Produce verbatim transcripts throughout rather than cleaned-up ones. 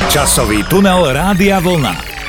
Časový tunel Rádia Vlna.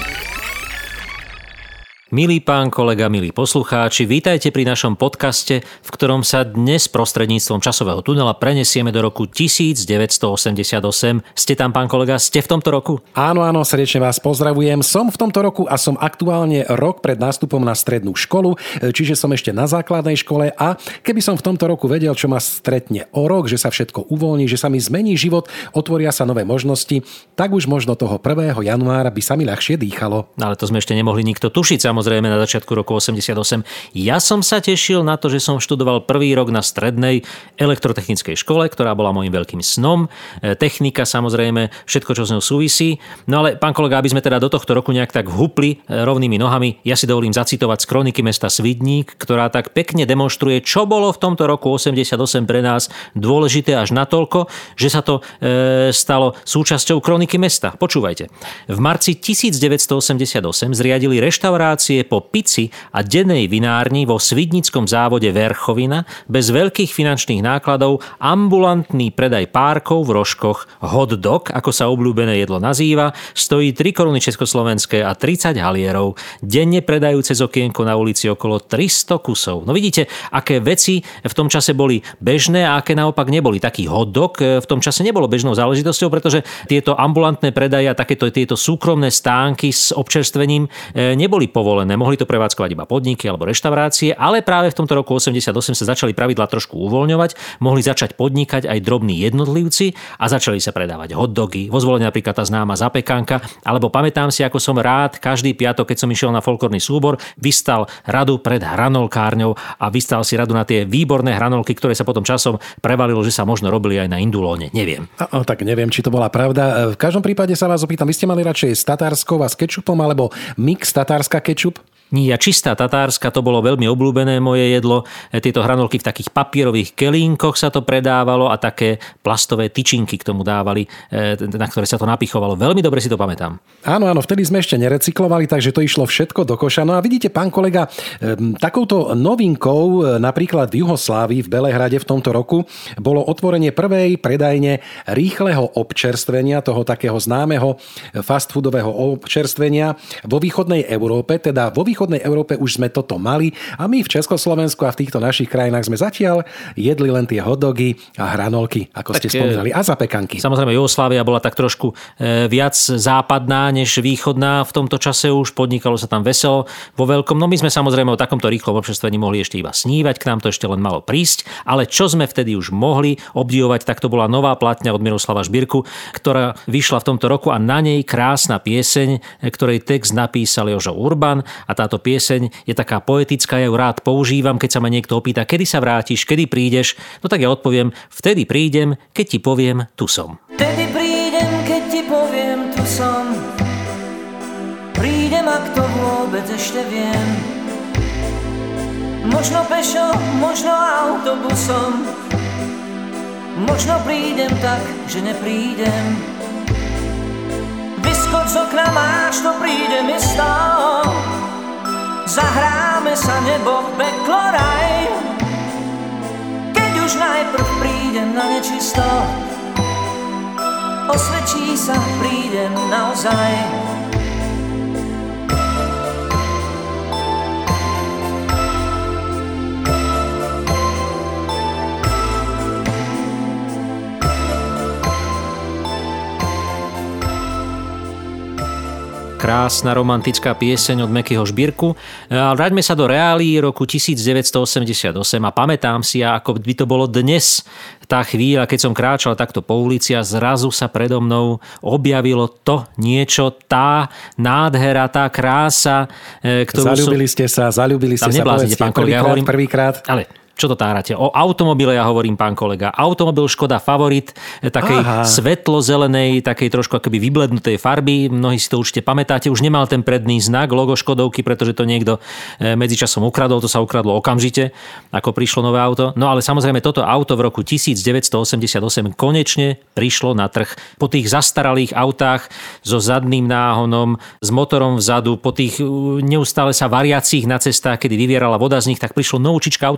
Milý pán kolega, milí poslucháči, vítajte pri našom podcaste, v ktorom sa dnes prostredníctvom časového tunela prenesieme do roku devätnásťstoosemdesiatosem. Ste tam, pán kolega? Ste v tomto roku? Áno, áno, srdečne vás pozdravujem. Som v tomto roku a som aktuálne rok pred nástupom na strednú školu, čiže som ešte na základnej škole a keby som v tomto roku vedel, čo ma stretne o rok, že sa všetko uvoľní, že sa mi zmení život, otvoria sa nové možnosti, tak už možno toho prvého januára by sa mi ľahšie dýchalo. Ale to sme ešte nemohli nikto tušiť, samozrejme na začiatku roku osemdesiatosem. Ja som sa tešil na to, že som študoval prvý rok na strednej elektrotechnickej škole, ktorá bola môjim veľkým snom. Technika, samozrejme, všetko, čo s ňou súvisí. No ale, pán kolega, aby sme teda do tohto roku nejak tak hupli rovnými nohami, ja si dovolím zacitovať z kroniky mesta Svidník, ktorá tak pekne demonstruje, čo bolo v tomto roku osemdesiatosem pre nás dôležité až natoľko, že sa to e, stalo súčasťou kroniky mesta. Počúvajte. V marci devätnásťstoosemdesiatosem zriadili reštauráciu po pici a dennej vinárni vo svidnickom závode Verchovina bez veľkých finančných nákladov ambulantný predaj párkov v rožkoch. Hot dog, ako sa obľúbené jedlo nazýva, stojí tri koruny československé a tridsať halierov. Denne predajú cez okienko na ulici okolo tristo kusov. No vidíte, aké veci v tom čase boli bežné a aké naopak neboli. Taký hot dog v tom čase nebolo bežnou záležitosťou, pretože tieto ambulantné predaje a takéto tieto súkromné stánky s občerstvením neboli povolené. Mohli to prevádzkovať iba podniky alebo reštaurácie, ale práve v tomto roku osemdesiatosem sa začali pravidlá trošku uvoľňovať, mohli začať podnikať aj drobní jednotlivci a začali sa predávať hotdogy, vo Zvolene napríklad tá známa zapekanka, alebo pamätám si, ako som rád každý piatok, keď som išiel na folklórny súbor, vystal radu pred hranolkárňou a vystal si radu na tie výborné hranolky, ktoré sa potom časom prevalilo, že sa možno robili aj na indulóne, neviem. No, tak neviem, či to bola pravda. V každom prípade sa vás opýtam, vy ste mali radšej s tatárskou a s kečupom alebo mix tatárska kečup? Nie, čistá tatárska, to bolo veľmi obľúbené moje jedlo. Tieto hranolky v takých papierových kelínkoch sa to predávalo a také plastové tyčinky k tomu dávali, na ktoré sa to napichovalo. Veľmi dobre si to pamätám. Áno, áno, vtedy sme ešte nerecyklovali, takže to išlo všetko do koša. No a vidíte, pán kolega, takouto novinkou napríklad v Juhoslávii v Belehrade v tomto roku bolo otvorenie prvej predajne rýchleho občerstvenia, toho takého známeho fast foodového občerstvenia vo východnej Európe, teda vo východnej Európe už sme toto mali a my v Československu a v týchto našich krajinách sme zatiaľ jedli len tie hotdogy a hranolky, ako ste tak spomínali, a zapekanky. Samozrejme, Juhoslávia bola tak trošku viac západná než východná. V tomto čase už podnikalo sa tam veselo vo veľkom. No my sme samozrejme o takomto rýchlom občerstvení mohli ešte iba snívať, k nám to ešte len malo prísť, ale čo sme vtedy už mohli obdivovať, tak to bola nová platňa od Miroslava Žbírku, ktorá vyšla v tomto roku a na nej krásna pieseň, ktorej text napísal Jožo Urban a tá Táto pieseň je taká poetická, ja ju rád používam, keď sa ma niekto opýta, kedy sa vrátiš, kedy prídeš, no tak ja odpoviem, vtedy prídem, keď ti poviem, tu som. Vtedy prídem, keď ti poviem, tu som. Prídem, ak to vôbec ešte viem. Možno pešo, možno autobusom. Možno prídem tak, že neprídem. Vyskoč z okna, máš to, prídem isto. Zahráme sa nebo, peklo, raj. Keď už najprv prídem na nečisto, osvedčí sa, prídem naozaj. Krásna romantická pieseň od Mekyho Žbírku. Vráťme sa do reálií roku devätnásťstoosemdesiatosem a pamätám si, ako by to bolo dnes, tá chvíľa, keď som kráčal takto po ulici a zrazu sa predo mnou objavilo to niečo, tá nádhera, tá krása, ktorú Zaľúbili som... ste sa, zaľúbili ste sa, povedzte, pán kolega, prvýkrát, hovorím... prvýkrát. Ale čo to tárate? O automobile ja hovorím, pán kolega. Automobil Škoda Favorit, takej Aha. svetlo-zelenej, takej trošku akoby vyblednutej farby. Mnohí si to určite pamätáte. Už nemal ten predný znak, logo Škodovky, pretože to niekto medzičasom ukradol. To sa ukradlo okamžite, ako prišlo nové auto. No ale samozrejme toto auto v roku devätnásťstoosemdesiatosem konečne prišlo na trh. Po tých zastaralých autách so zadným náhonom, s motorom vzadu, po tých neustále sa variacích na cestách, kedy vyvierala voda z nich, tak prišlo novúčičké auto s motorom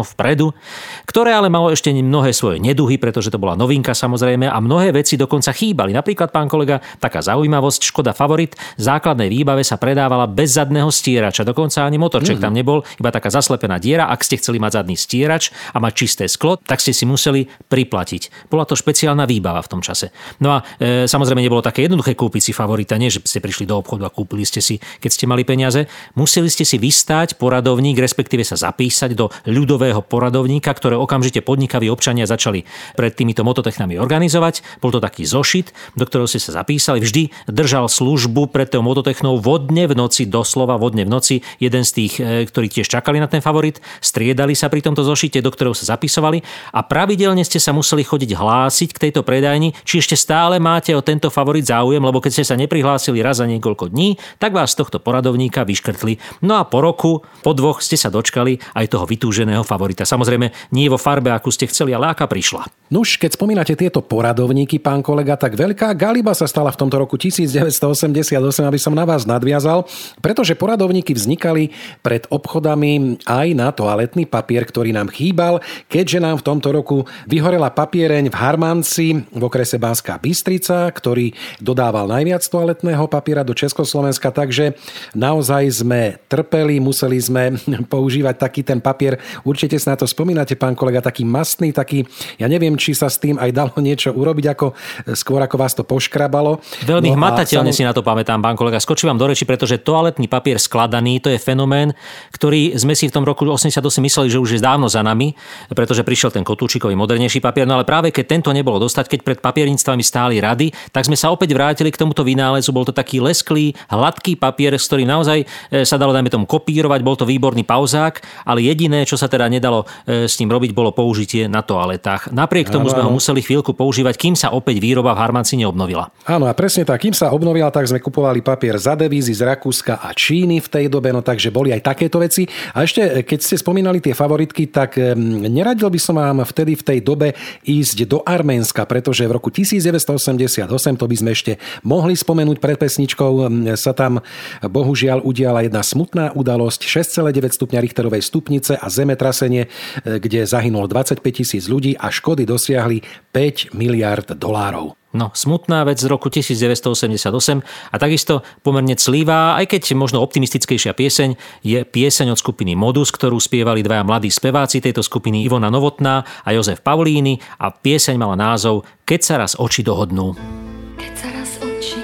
vpredu, ktoré ale malo ešte mnohé svoje neduhy, pretože to bola novinka samozrejme a mnohé veci dokonca chýbali. Napríklad, pán kolega, taká zaujímavosť, Škoda Favorit v základnej výbave sa predávala bez zadného stierača, dokonca ani motorček mm. tam nebol, iba taká zaslepená diera. Ak ste chceli mať zadný stierač a mať čisté sklo, tak ste si museli priplatiť. Bola to špeciálna výbava v tom čase. No a e, samozrejme nebolo také jednoduché kúpiť si Favorita, nie že ste prišli do obchodu a kúpili ste si, keď ste mali peniaze. Museli ste si vystať poradovník, respektíve sa zapísať do ľudového poradovníka, ktoré okamžite podnikaví občania začali pred týmito mototechnami organizovať. Bol to taký zošit, do ktorého ste sa zapísali. Vždy držal službu pred tou mototechnou vodne v noci, doslova vodne v noci. Jeden z tých, ktorí tiež čakali na ten Favorit, striedali sa pri tomto zošite, do ktorého sa zapisovali a pravidelne ste sa museli chodiť hlásiť k tejto predajni, či ešte stále máte o tento Favorit záujem, lebo keď ste sa neprihlásili raz za niekoľko dní, tak vás z tohto poradovníka vyškrtli. No a po roku, po dvoch ste sa dočkali aj toho vytúženého Favorita. Samozrejme, nie vo farbe, akú ste chceli, ale aká prišla. Nuž, keď spomínate tieto poradovníky, pán kolega, tak veľká galiba sa stala v tomto roku devätnásťstoosemdesiatosem, aby som na vás nadviazal, pretože poradovníky vznikali pred obchodami aj na toaletný papier, ktorý nám chýbal, keďže nám v tomto roku vyhorela papiereň v Harmanci v okrese Banská Bystrica, ktorý dodával najviac toaletného papiera do Československa, takže naozaj sme trpeli, museli sme používať taký ten papier. Určite si na to spomínate, pán kolega, taký mastný, taký, ja neviem, či sa s tým aj dalo niečo urobiť, ako skôr ako vás to poškrabalo. Veľmi no hmatateľne sam... si na to pamätám, pán kolega. Skočím vám do reči, pretože toaletný papier skladaný, to je fenomén, ktorý sme si v tom roku osemdesiatosem mysleli, že už je dávno za nami, pretože prišiel ten kotúčikový modernejší papier, no ale práve keď tento nebolo dostať, keď pred papierníctvami stáli rady, tak sme sa opäť vrátili k tomuto vynálezu. Bol to taký lesklý, hladký papier, s ktorým naozaj sa dalo, dajme tomu, kopírovať, bol to výborný pauzák, ale jediné, čo sa teda nedalo s ním robiť, bolo použitie na toaletách. Napriek tomu sme ho museli chvíľku používať, kým sa opäť výroba v Harmanci neobnovila. Áno, a presne tak, kým sa obnovila, tak sme kupovali papier za devízy z Rakúska a Číny v tej dobe, no takže boli aj takéto veci. A ešte, keď ste spomínali tie favoritky, tak neradil by som vám vtedy v tej dobe ísť do Arménska, pretože v roku devätnásťstoosemdesiatosem, to by sme ešte mohli spomenúť pred pesničkou, sa tam bohužiaľ udiala jedna smutná udalosť, šesť celá deväť stupňa Richterovej stupnice a zemetrasenie, kde zahynulo dvadsaťpäť tisíc ľudí a škody dosiahli päť miliárd dolárov. No, smutná vec z roku devätnásťstoosemdesiatosem a takisto pomerne clivá, aj keď možno optimistickejšia pieseň, je pieseň od skupiny Modus, ktorú spievali dvaja mladí speváci tejto skupiny, Ivona Novotná a Jozef Paulíny, a pieseň mala názov Keď sa raz oči dohodnú. Keď sa raz oči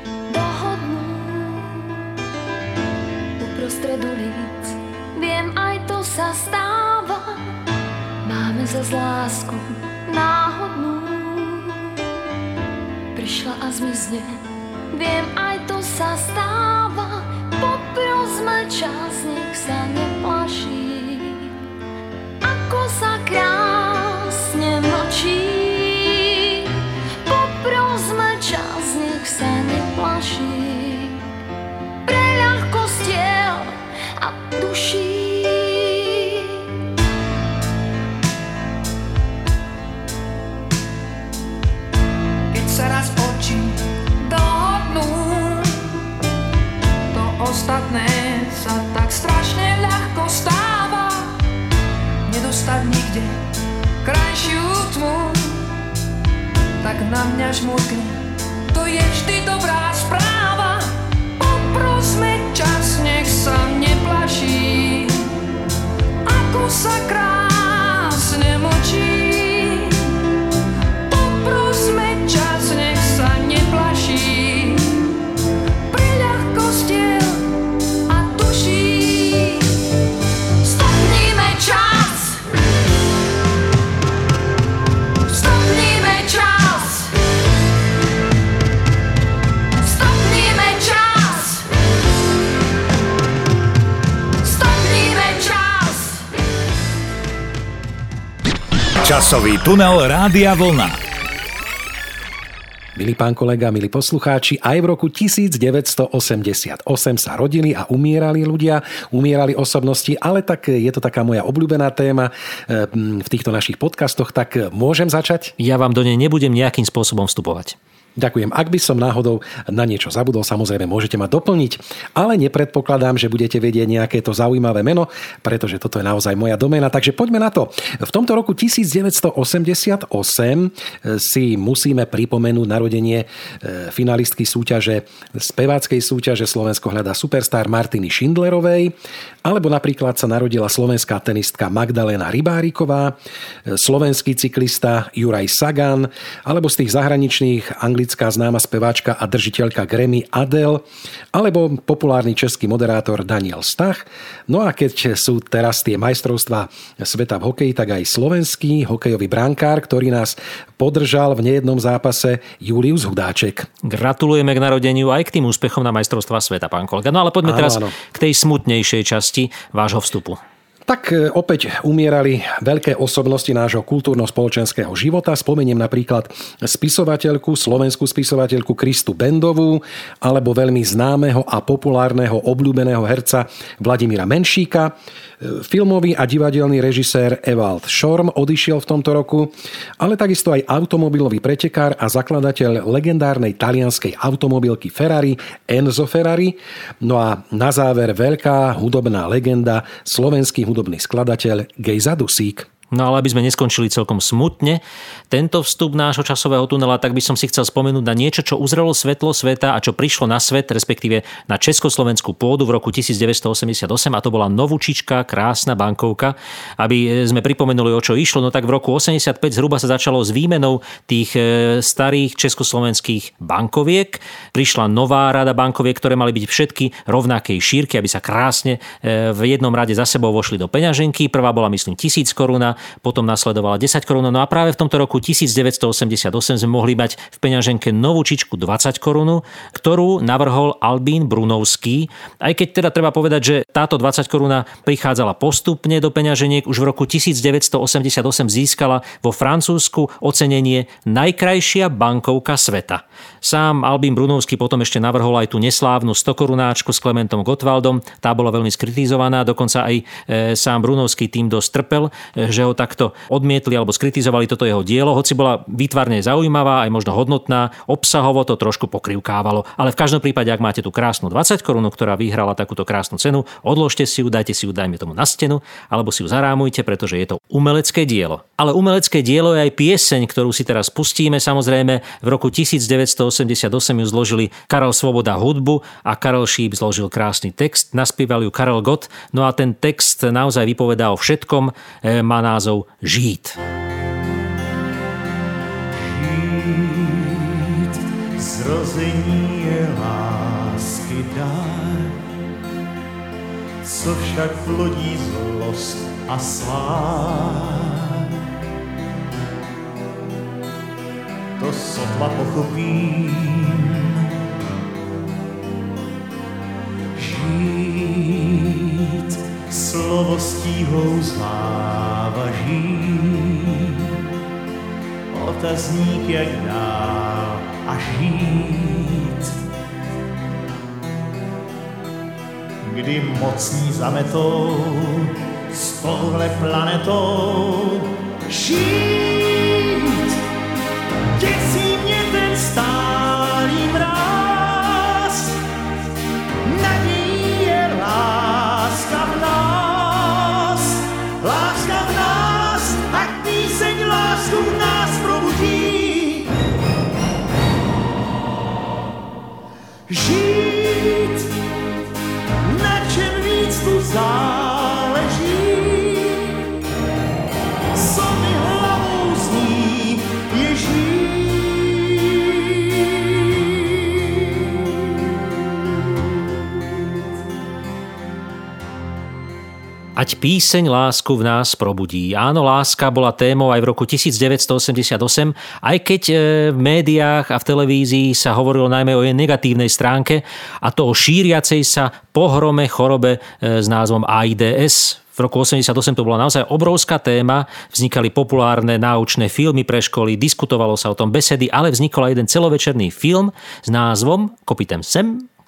dohodnú uprostred ulic, viem, aj to sa stáva, máme zas lásku náhodnú. Prišla a zmizne, viem, aj to sa stáva, poprosme čas, nech sa neplaší, ako sa krásne mlčí. Poprosme čas, nech sa neplaší, pre ľahkostiel a duší. Sa raz oči dohodnú, to ostatné sa tak strašne ľahko stáva, nedostať nikde krajšiu tmu, tak na mňa žmurkne, to je vždy dobrá správa. Poprosme čas, nech sa neplaší, ako sa krásne mlčí. Poprosme čas, nech sa neplaší, pre ľahkostiel a duší. Stopníme čas, stopníme čas, stopníme čas, stopníme čas. Časový tunel Rádia Vlna. Milí pán kolega, milí poslucháči, aj v roku devätnásťstoosemdesiatosem sa rodili a umierali ľudia, umierali osobnosti, ale tak je to taká moja obľúbená téma v týchto našich podcastoch, tak môžem začať? Ja vám do nej nebudem nejakým spôsobom vstupovať. Ďakujem. Ak by som náhodou na niečo zabudol, samozrejme môžete ma doplniť, ale nepredpokladám, že budete vedieť nejaké to zaujímavé meno, pretože toto je naozaj moja doména. Takže poďme na to. V tomto roku devätnásťstoosemdesiatosem si musíme pripomenúť narodenie finalistky súťaže, speváckej súťaže Slovensko hľadá superstar Martiny Šindlerovej, alebo napríklad sa narodila slovenská tenistka Magdalena Rybáriková, slovenský cyklista Juraj Sagan, alebo z tých zahraničných anglická známa speváčka a držiteľka Grammy Adele, alebo populárny český moderátor Daniel Stach. No a keď sú teraz tie majstrovstvá sveta v hokeji, tak aj slovenský hokejový brankár, ktorý nás podržal v nejednom zápase, Julius Hudáček. Gratulujeme k narodeniu aj k tým úspechom na majstrovstvá sveta, pán kolega. No ale poďme áno, teraz áno. k tej smutnejšej časti vášho vstupu. Tak opäť umierali veľké osobnosti nášho kultúrno-spoločenského života. Spomeniem napríklad spisovateľku, slovenskú spisovateľku Kristu Bendovú, alebo veľmi známeho a populárneho obľúbeného herca Vladimíra Menšíka. Filmový a divadelný režisér Ewald Schorm odišiel v tomto roku, ale takisto aj automobilový pretekár a zakladateľ legendárnej talianskej automobilky Ferrari Enzo Ferrari. No a na záver veľká hudobná legenda, slovenský hudobný skladateľ Gejza Dusík. No ale aby sme neskončili celkom smutne tento vstup nášho časového tunela, tak by som si chcel spomenúť na niečo, čo uzrelo svetlo sveta a čo prišlo na svet, respektíve na československú pôdu v roku devätnásťstoosemdesiatosem, a to bola novúčičká, krásna bankovka. Aby sme pripomenuli, o čo išlo, no tak v roku osemdesiatpäť zhruba sa začalo s výmenou tých starých československých bankoviek. Prišla nová rada bankoviek, ktoré mali byť všetky rovnakej šírky, aby sa krásne v jednom rade za sebou vošli do peňaženky. Prvá bola, myslím, tisíc korún, potom nasledovala desať korún. No a práve v tomto roku devätnásťstoosemdesiatosem sme mohli mať v peňaženke novúčičku dvadsať korún, ktorú navrhol Albín Brunovský. Aj keď teda treba povedať, že táto dvadsať korún prichádzala postupne do peňaženiek, už v roku devätnásťstoosemdesiatosem získala vo Francúzsku ocenenie najkrajšia bankovka sveta. Sám Albín Brunovský potom ešte navrhol aj tú neslávnu sto korunáčku s Klementom Gottwaldom. Tá bola veľmi skritizovaná, dokonca aj e, sám Brunovský tým dosť trpel, e, že ho takto odmietli alebo skritizovali toto jeho dielo, hoci bola výtvarne zaujímavá, aj možno hodnotná, obsahovo to trošku pokrivkávalo. Ale v každom prípade, ak máte tú krásnu dvadsať korún, ktorá vyhrala takúto krásnu cenu, odložte si ju, dajte si ju, dajme tomu na stenu, alebo si ju zarámujte, pretože je to umelecké dielo. Ale umelecké dielo je aj pieseň, ktorú si teraz pustíme. Samozrejme, v roku devätnásťstoosemdesiatosem ju zložili Karel Svoboda hudbu a Karel Šíp zložil krásny text. Naspieval ju Karel Gott. No a ten text naozaj vypovedá o všetkom. Má názov Žít. Žít, zrození je lásky dar, co však plodí zlost a svár. To sotva pochopím. Žít, slovo stíhou závaží, otazník jak dál a žít. Kdy mocní zametou s touhle planetou žít, děsí mě ten stálý mráz, nadějí je láska v nás, láska v nás, ať píseň lásku v nás probudí. Žít, na čem víc tu záleží, co mi hlavou zní, je žít. Ať píseň lásku v nás probudí. Áno, láska bola témou aj v roku devätnásťstoosemdesiatosem, aj keď v médiách a v televízii sa hovorilo najmä o jej negatívnej stránke, a to o šíriacej sa pohrome chorobe s názvom AIDS. V roku osemdesiatosem to bola naozaj obrovská téma, vznikali populárne náučné filmy pre školy, diskutovalo sa o tom besedy, ale vznikol aj jeden celovečerný film s názvom Kopytem sem,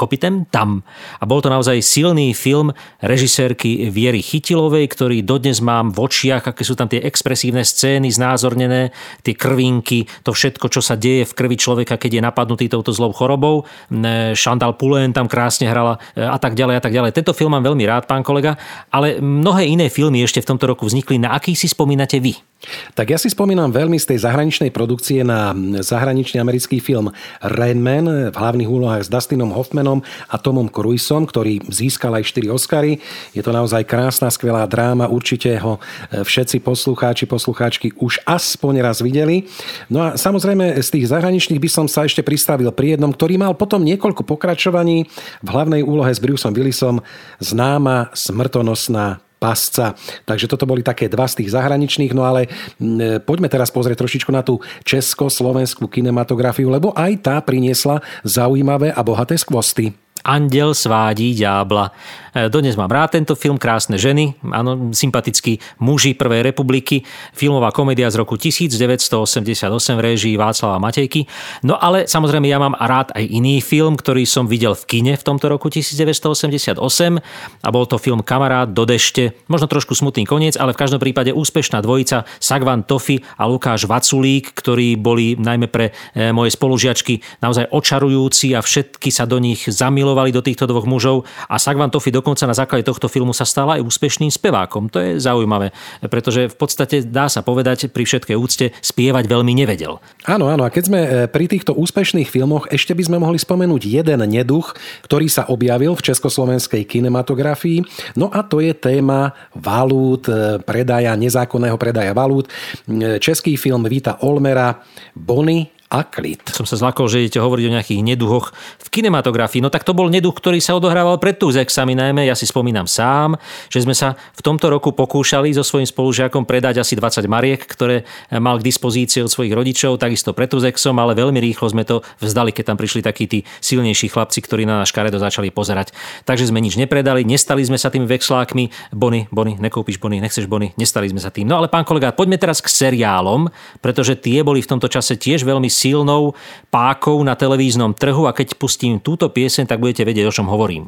kopitem tam. A bol to naozaj silný film režisérky Viery Chytilovej, ktorý dodnes mám v očiach, aké sú tam tie expresívne scény znázornené, tie krvinky, to všetko, čo sa deje v krvi človeka, keď je napadnutý touto zlou chorobou. Chantal Poulain tam krásne hrala a tak ďalej a tak ďalej. Tento film mám veľmi rád, pán kolega, ale mnohé iné filmy ešte v tomto roku vznikli. Na aký si spomínate vy? Tak ja si spomínam veľmi z tej zahraničnej produkcie na zahraničný americký film Rain Man v hlavných úlohách s Dustinom Hoffmanom a Tomom Cruisom, ktorý získal aj štyri Oscary. Je to naozaj krásna, skvelá dráma. Určite ho všetci poslucháči, poslucháčky už aspoň raz videli. No a samozrejme z tých zahraničných by som sa ešte pristavil pri jednom, ktorý mal potom niekoľko pokračovaní. V hlavnej úlohe s Bruceom Willisom známa smrtonosná pasca. Takže toto boli také dva z tých zahraničných, no ale poďme teraz pozrieť trošičku na tú československú kinematografiu, lebo aj tá priniesla zaujímavé a bohaté skvosty. Anděl svádí ďábla. Dodnes mám rád tento film, krásne ženy, áno, sympatickí muži Prvej republiky, filmová komédia z roku devätnásťstoosemdesiatosem v réžii Václava Matejky. No ale samozrejme ja mám rád aj iný film, ktorý som videl v kine v tomto roku devätnásťstoosemdesiatosem a bol to film Kamarát do dešte. Možno trošku smutný koniec, ale v každom prípade úspešná dvojica Sagvan Tofi a Lukáš Vaculík, ktorí boli najmä pre moje spolužiačky naozaj očarujúci a všetky sa do nich zamilovali do týchto dvoch mužov a Sagvan Tofi dokonca na základe tohto filmu sa stal aj úspešným spevákom. To je zaujímavé, pretože v podstate dá sa povedať pri všetkej úcte spievať veľmi nevedel. Áno, áno, a keď sme pri týchto úspešných filmoch, ešte by sme mohli spomenúť jeden neduch, ktorý sa objavil v československej kinematografii. No a to je téma valút, predaja, nezákonného predaja valút. Český film Víta Olmera Bony a klid. Som sa zlakol, že idete hovoriť o nejakých neduhoch v kinematografii. No tak to bol neduch, ktorý sa odohrával pred Tuzexami najmä. Ja si spomínam sám, že sme sa v tomto roku pokúšali so svojím spolužiakom predať asi dvadsať mariek, ktoré mal k dispozícii od svojich rodičov, takisto pred Tuzexom, ale veľmi rýchlo sme to vzdali, keď tam prišli takí tí silnejší chlapci, ktorí na nás škaredo začali pozerať. Takže sme nič nepredali, nestali sme sa tými vexlákmi. Bony, Bony, nekúpiš Bony, nechceš Bony, nestali sme sa tým. No ale pán kolega, poďme teraz k seriálom, pretože tie boli v tomto čase tiež veľmi silnou pákou na televíznom trhu a keď pustím túto pieseň, tak budete vedieť, o čom hovorím.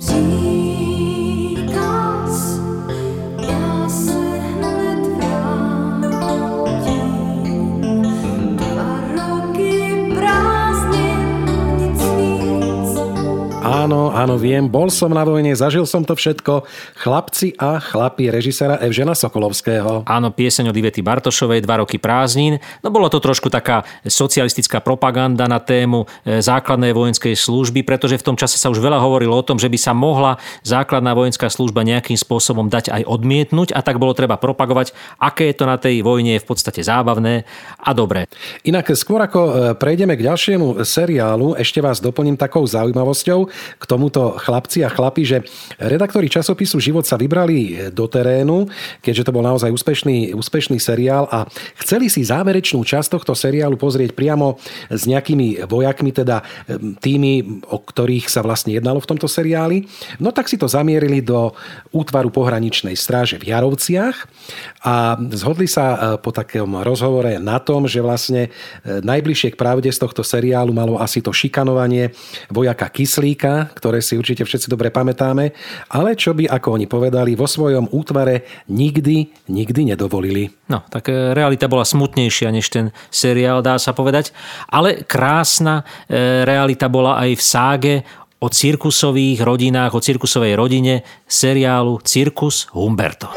Áno, áno, viem, bol som na vojne, zažil som to všetko. Chlapci a chlapi režisera Evžena Sokolovského. Áno, pieseň od Ivety Bartošovej, Dva roky prázdnin. No bolo to trošku taká socialistická propaganda na tému základnej vojenskej služby, pretože v tom čase sa už veľa hovorilo o tom, že by sa mohla základná vojenská služba nejakým spôsobom dať aj odmietnúť a tak bolo treba propagovať, aké je to na tej vojne je v podstate zábavné a dobré. Inak skôr ako prejdeme k ďalšiemu seriálu, ešte vás doplním takou zaujímavosťou k tomuto Chlapci a chlapi, že redaktori časopisu Život sa vybrali do terénu, keďže to bol naozaj úspešný, úspešný seriál a chceli si záverečnú časť tohto seriálu pozrieť priamo s nejakými vojakmi, teda tými, o ktorých sa vlastne jednalo v tomto seriáli. No tak si to zamierili do útvaru pohraničnej stráže v Jarovciach a zhodli sa po takom rozhovore na tom, že vlastne najbližšie k pravde z tohto seriálu malo asi to šikanovanie vojaka Kyslíka, ktoré si určite všetci dobre pamätáme, ale čo by, ako oni povedali, vo svojom útvare nikdy, nikdy nedovolili. No, tak realita bola smutnejšia než ten seriál, dá sa povedať, ale krásna realita bola aj v ságe o cirkusových rodinách, o cirkusovej rodine seriálu Cirkus Humberto.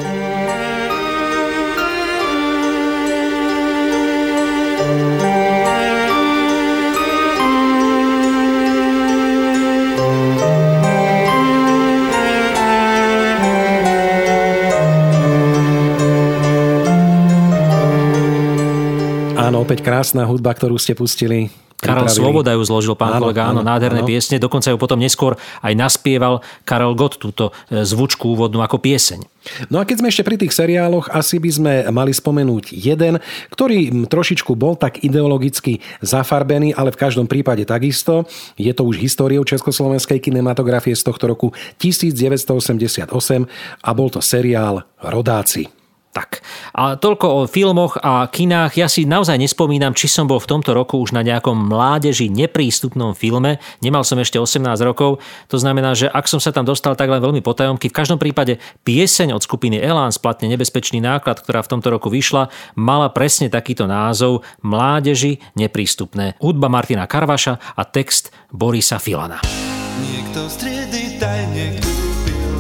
Áno, opäť krásna hudba, ktorú ste pustili. Karel Svoboda ju zložil, pán áno, kolega, áno, áno, nádherné áno. piesne. Dokonca ju potom neskôr aj naspieval Karel Gott, túto zvučku úvodnú ako pieseň. No a keď sme ešte pri tých seriáloch, asi by sme mali spomenúť jeden, ktorý trošičku bol tak ideologicky zafarbený, ale v každom prípade takisto. Je to už históriou československej kinematografie z tohto roku devätnásťstoosemdesiatosem a bol to seriál Rodáci. Tak. A toľko o filmoch a kinách. Ja si naozaj nespomínam, či som bol v tomto roku už na nejakom mládeži neprístupnom filme. Nemal som ešte osemnásť rokov. To znamená, že ak som sa tam dostal, tak len veľmi potajomky. V každom prípade pieseň od skupiny Elán splatne Nebezpečný náklad, ktorá v tomto roku vyšla, mala presne takýto názov Mládeži neprístupné. Hudba Martina Karvaša a text Borisa Filana. Niekto z triedy tajne kúpil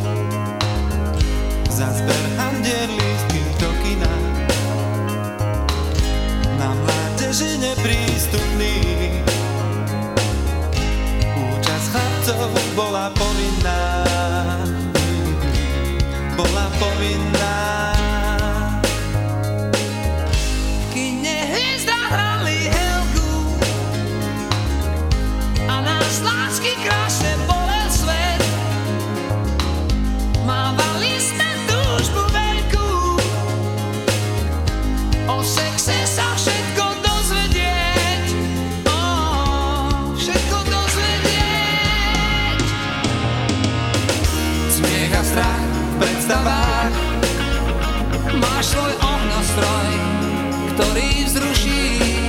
za zber handier lístky do kina. Na mládeži neprístupný účasť chlapcov bola povinná. Bola povinná. V kine hviezda hrali Helgu a nás lásky krásne bolel svet. Mávali sme túžbu veľkú, o sexe sa všetko dozvedieť, oh, všetko dozvedieť. Smiech a strach v predstavách, Máš svoj ohňostroj, ktorý vzruší.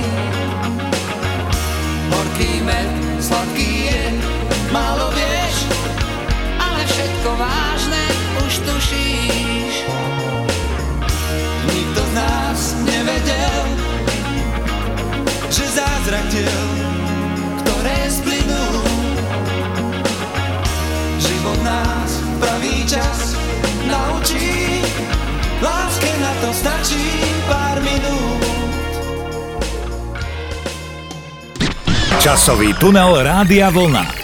horký med, sladký je, málo vieš, Ale všetko vážne už tušíš. nikto z nás nevedel, že zázrak tiel, ktoré splynú, život nás v pravý čas naučí, láske na to stačí pár minút. Časový tunel Rádia Vlna.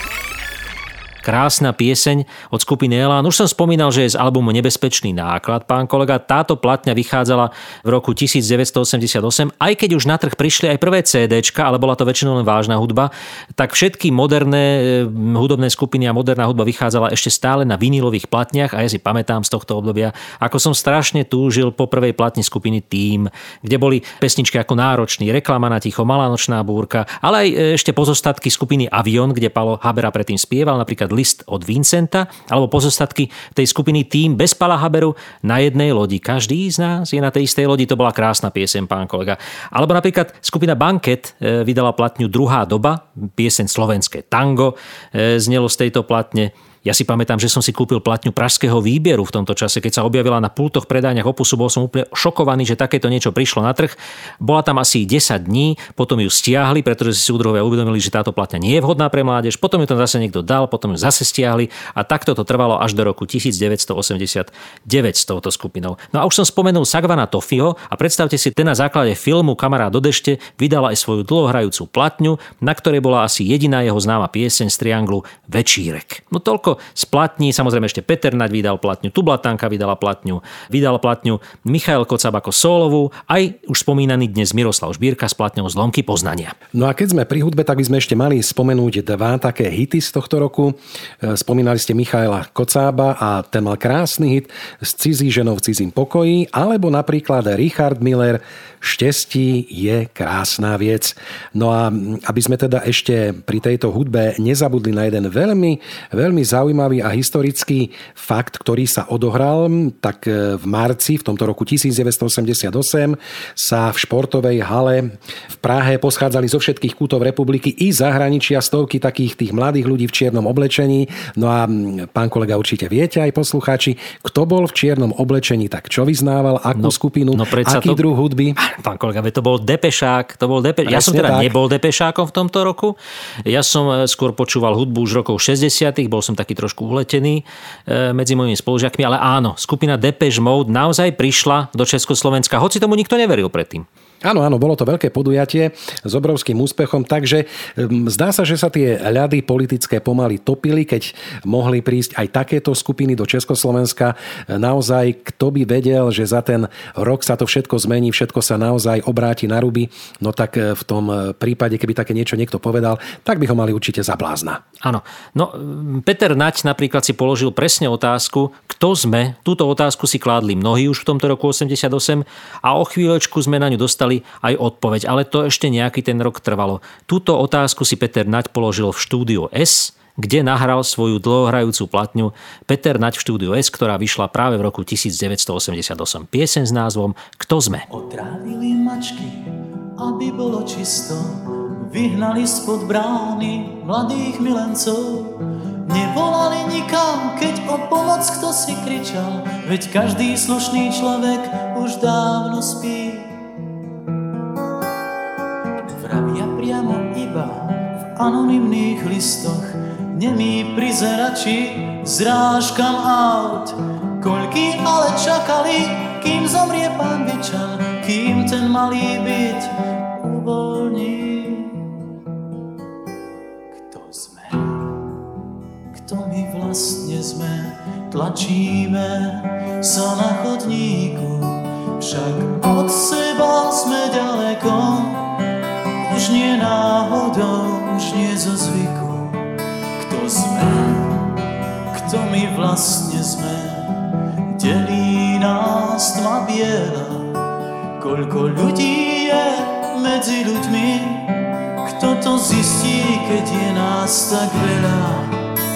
Krásna pieseň od skupiny Elán. Už som spomínal, že je z albumu Nebezpečný náklad, pán kolega. Táto platňa vychádzala v roku devätnásťstoosemdesiatosem. Aj keď už na trh prišli aj prvé cédéčka, ale bola to väčšinou len vážna hudba, tak všetky moderné hudobné skupiny a moderná hudba vychádzala ešte stále na vinilových platniach a ja si pamätám z tohto obdobia, ako som strašne túžil po prvej platni skupiny Tým, kde boli pesničky ako Náročný, Reklama na ticho, Malá nočná búrka, ale aj ešte pozostatky skupiny Avion, kde Palo Habera predtým spieval, napríklad List od Vincenta, alebo pozostatky tej skupiny Tým bez Pala Haberu Na jednej lodi. Každý z nás je na tej istej lodi. To bola krásna pieseň, pán kolega. Alebo napríklad skupina Banket vydala platňu Druhá doba, pieseň Slovenské tango znelo z tejto platne. Ja si pamätám, že som si kúpil platňu Pražského výbieru v tomto čase, keď sa objavila na pultoch predajniach Opusu, bol som úplne šokovaný, že takéto niečo prišlo na trh. Bola tam asi desať dní, potom ju stiahli, pretože si súdruhovia uvedomili, že táto platňa nie je vhodná pre mládež, potom ju tam zase niekto dal, potom ju zase stiahli a takto to trvalo až do roku devätnásťstoosemdesiatdeväť s touto skupinou. No a už som spomenul Sagvana Tofiho a predstavte si, ten na základe filmu Kamarát do dešte vydal aj svoju dlhohrajúcu platňu, na ktorej bola asi jediná jeho známa pieseň z trianglu Večírek. No toľko z platní, samozrejme ešte Peter Naď vydal platňu, Tublatanka vydala platňu, vydal platňu Michael Kocáb ako sólovú, aj už spomínaný dnes Miroslav Žbírka s platňou Zlomky poznania. No a keď sme pri hudbe, tak by sme ešte mali spomenúť dva také hity z tohto roku. Spomínali ste Michaela Kocába a ten mal krásny hit S cizí ženou v cizím pokoji, alebo napríklad Richard Miller Štestí je krásna vec. No a aby sme teda ešte pri tejto hudbe nezabudli na jeden veľmi, veľmi zaujímavý a historický fakt, ktorý sa odohral, tak v marci v tomto roku devätnásťstoosemdesiatosem sa v športovej hale v Prahe poschádzali zo všetkých kútov republiky i zahraničia stovky takých tých mladých ľudí v čiernom oblečení. No a pán kolega, určite viete aj poslucháči, kto bol v čiernom oblečení, tak čo vyznával, akú no, skupinu, no aký to... druh hudby? Pán kolega, to bol Depešák, to bol Depe... Ja som teda tak. nebol Depešákom v tomto roku. Ja som skôr počúval hudbu už rokov šesťdesiatych, bol som taký trošku uletený medzi mojimi spolužiakmi, ale áno, skupina Depeche Mode naozaj prišla do Československa, hoci tomu nikto neveril predtým. Áno, áno, bolo to veľké podujatie s obrovským úspechom, takže zdá sa, že sa tie ľady politické pomaly topili, keď mohli prísť aj takéto skupiny do Československa. Naozaj, kto by vedel, že za ten rok sa to všetko zmení, všetko sa naozaj obráti na ruby, no tak v tom prípade, keby také niečo niekto povedal, tak by ho mali určite za blázna. Áno, no Peter Naď napríklad si položil presne otázku, kto sme. Túto otázku si kládli mnohí už v tomto roku osemdesiatosem a o chvíľočku sme na ňu dostali aj odpoveď, ale to ešte nejaký ten rok trvalo. Túto otázku si Peter Naď položil v štúdiu S, kde nahral svoju dlhohrajúcu platňu Peter Naď v štúdiu S, ktorá vyšla práve v roku devätnásťstoosemdesiatosem. Pieseň s názvom Kto sme? Otrávili mačky, aby bolo čisto, vyhnali spod brány mladých milencov. Nevolali nikam, keď o pomoc kto si kričal, veď každý slušný človek už dávno spí. Vravia priamo iba v anonymných listoch, nemí prizerači zrážkam aut. Koľký ale čakali, kým zomrie pán Byčan, kým ten malý byt uvoľní. Kto my vlastne sme, tlačíme sa na chodníku, však od seba sme ďaleko, už nie náhodou, už nie zo zvyku. Kto sme, kto my vlastne sme, delí nás tma biela, koľko ľudí je medzi ľuďmi, kto to zistí, keď je nás tak veľa.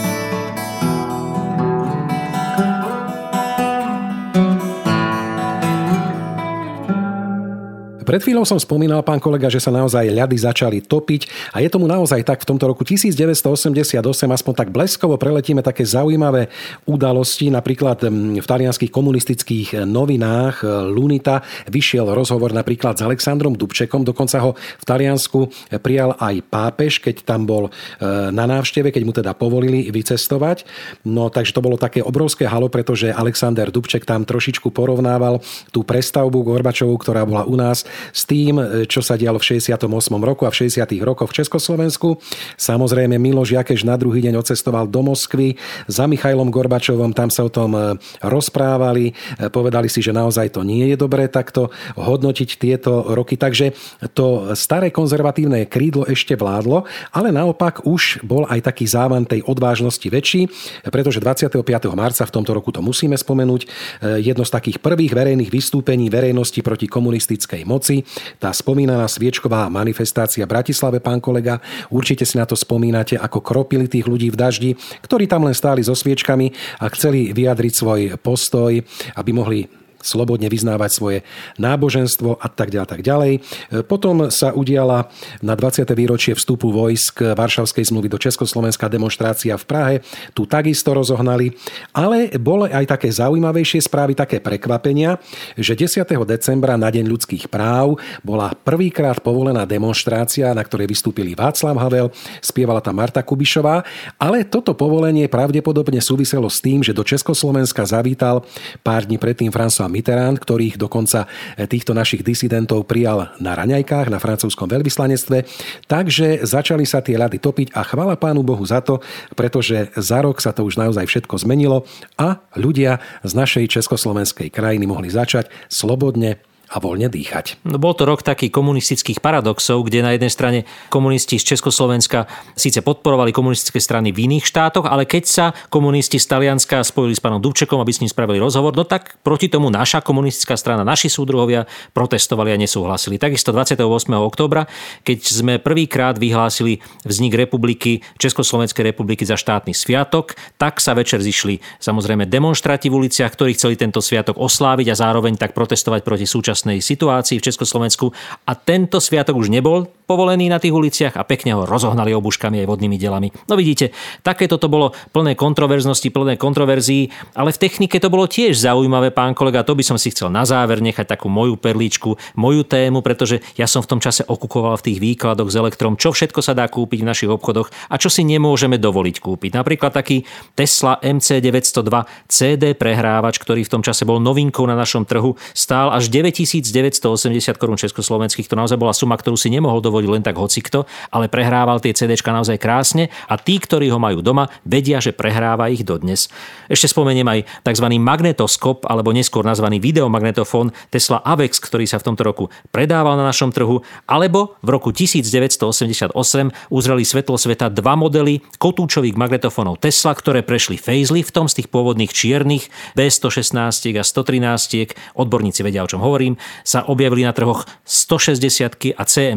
Pred chvíľou som spomínal, pán kolega, že sa naozaj ľady začali topiť a je tomu naozaj tak. V tomto roku devätnásťstoosemdesiatosem aspoň tak bleskovo preletíme také zaujímavé udalosti. Napríklad v talianskych komunistických novinách L'Unità vyšiel rozhovor napríklad s Alexandrom Dubčekom. Dokonca ho v Taliansku prijal aj pápež, keď tam bol na návšteve, keď mu teda povolili vycestovať. No takže to bolo také obrovské halo, pretože Alexander Dubček tam trošičku porovnával tú prestavbu Gorbačovu, ktorá bola u nás, s tým, čo sa dialo v šesťdesiatom ôsmom roku a v šesťdesiatych rokoch v Československu. Samozrejme Miloš Jakeš na druhý deň odcestoval do Moskvy za Michailom Gorbačovom, tam sa o tom rozprávali, povedali si, že naozaj to nie je dobré takto hodnotiť tieto roky. Takže to staré konzervatívne krídlo ešte vládlo, ale naopak už bol aj taký závan tej odvážnosti väčší, pretože dvadsiateho piateho marca v tomto roku to musíme spomenúť, jedno z takých prvých verejných vystúpení verejnosti proti komunistickej moci. Tá spomínaná sviečková manifestácia v Bratislave, pán kolega, určite si na to spomínate, ako kropili tých ľudí v daždi, ktorí tam len stáli so sviečkami a chceli vyjadriť svoj postoj, aby mohli slobodne vyznávať svoje náboženstvo a tak ďalej, tak ďalej. Potom sa udiala na dvadsiate výročie vstupu vojsk Varšavskej zmluvy do Československa demonštrácia v Prahe. Tu takisto rozohnali, ale boli aj také zaujímavejšie správy, také prekvapenia, že desiateho decembra na Deň ľudských práv bola prvýkrát povolená demonštrácia, na ktorej vystúpili Václav Havel, spievala tam Marta Kubišová, ale toto povolenie pravdepodobne súviselo s tým, že do Československa zavítal pár dní predtým François Mitterrand, ktorých dokonca týchto našich disidentov prijal na raňajkách na francúzskom veľvyslanectve. Takže začali sa tie ľady topiť a chvála Pánu Bohu za to, pretože za rok sa to už naozaj všetko zmenilo a ľudia z našej československej krajiny mohli začať slobodne a voľne dýchať. No, bol to rok takých komunistických paradoxov, kde na jednej strane komunisti z Československa síce podporovali komunistické strany v iných štátoch, ale keď sa komunisti z Talianska spojili s pánom Dubčekom, aby s ním spravili rozhovor, no tak proti tomu naša komunistická strana, naši súdruhovia protestovali a nesúhlasili. Takisto dvadsiateho ôsmeho októbra, keď sme prvýkrát vyhlásili vznik republiky, Československej republiky za štátny sviatok, tak sa večer zišli samozrejme demonštranti v uliciach, ktorí chceli tento sviatok osláviť a zároveň tak protestovať proti súčasnej situácii v Československu a tento sviatok už nebol povolený na tých uliciach a pekne ho rozohnali obuškami aj vodnými delami. No vidíte, takéto to bolo plné kontroverznosti, plné kontroverzií, ale v technike to bolo tiež zaujímavé, pán kolega, to by som si chcel na záver nechať takú moju perličku, moju tému, pretože ja som v tom čase okukoval v tých výkladoch s elektrom, čo všetko sa dá kúpiť v našich obchodoch a čo si nemôžeme dovoliť kúpiť. Napríklad taký Tesla em cé deväťsto dva cé dé prehrávač, ktorý v tom čase bol novinkou na našom trhu, stál až deväťtisícdeväťstoosemdesiat korún československých. To naozaj bola suma, ktorú si nemohol dovoliť len tak hocikto, ale prehrával tie cé déčka naozaj krásne a tí, ktorí ho majú doma, vedia, že prehráva ich dodnes. Ešte spomeniem aj tzv. Magnetoskop, alebo neskôr nazvaný videomagnetofón Tesla Avex, ktorý sa v tomto roku predával na našom trhu, alebo v roku devätnásťstoosemdesiatosem uzreli svetlo sveta dva modely kotúčových magnetofónov Tesla, ktoré prešli faceliftom z tých pôvodných čiernych bé stošestnásť a stotrinásť, odborníci vedia, o čom hovorím, sa objavili na trhoch stošesťdesiat a cé em stotridsiat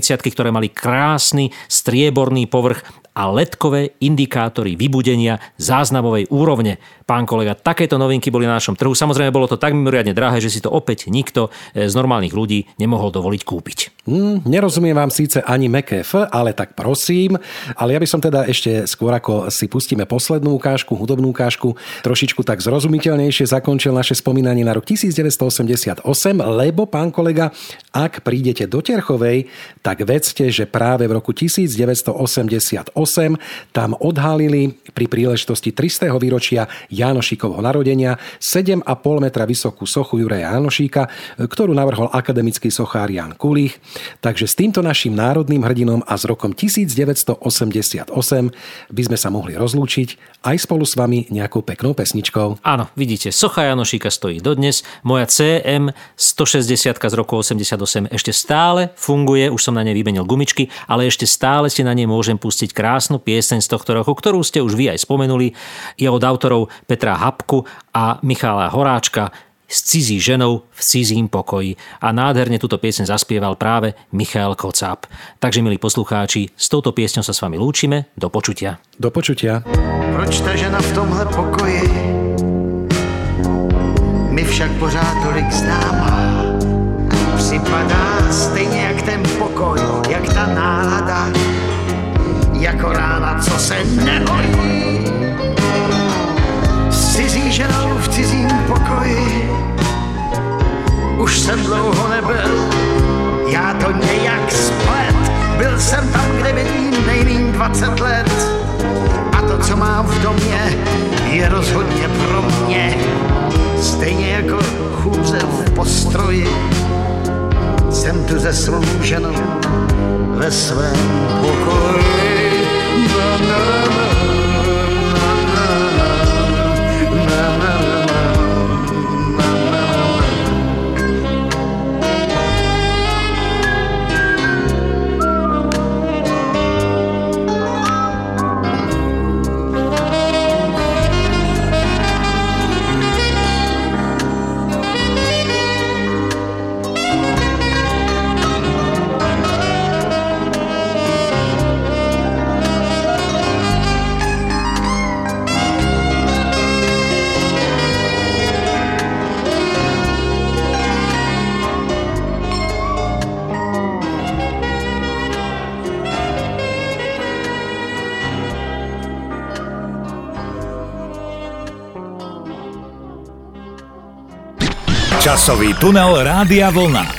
tridsiatky, ktoré mali krásny strieborný povrch a ledkové indikátory vybudenia záznamovej úrovne. Pán kolega, takéto novinky boli na našom trhu. Samozrejme, bolo to tak mimoriadne drahé, že si to opäť nikto z normálnych ľudí nemohol dovoliť kúpiť. Mm, nerozumiem vám síce ani mäkké F, ale tak prosím. Ale ja by som teda ešte skôr ako si pustíme poslednú ukážku, hudobnú ukážku, trošičku tak zrozumiteľnejšie zakončil naše spomínanie na rok devätnásťstoosemdesiatosem, lebo pán kolega, ak prídete do Terchovej, tak vedzte, že práve v roku devätnásťstoosemdesiatosem tam odhalili pri príležitosti tristosteho výročia Jánošíkovho narodenia sedem a pol metra vysokú sochu Juraja Jánošíka, ktorú navrhol akademický sochár Ján Kulich. Takže s týmto našim národným hrdinom a s rokom devätnásťstoosemdesiatosem by sme sa mohli rozlúčiť aj spolu s vami nejakou peknou pesničkou. Áno, vidíte, socha Jánošíka stojí dodnes. Moja cé em stošesťdesiat z roku osemdesiatosem ešte stále funguje, už som na nej vymenil gumičky, ale ešte stále si na nej môžem pustiť krásnu pieseň z tohto roku, ktorú ste už vy aj spomenuli. Je od autorov Petra Habku a Michala Horáčka S cizí ženou v cizím pokoji. A nádherne túto pieseň zaspieval práve Michal Kocáb. Takže, milí poslucháči, s touto piesňou sa s vami lúčime. Do počutia. Do počutia. Proč ta žena v tomhle pokoji mi však pořád tolik známá? Připadá stejně jak ten pokoj, jak ta nálada, jako rána, co se nehojí. S cizí ženou v cizím pokoji už jsem dlouho nebyl, já to nějak splet. Byl jsem tam, kde bydlím nejmíň dvacet let a to, co mám v domě, je rozhodně pro mě. Stejně jako chůze v postroji jsem tu se svou ženou ve svém pokoji. Na, na, na. Časový tunel Rádia Vlna.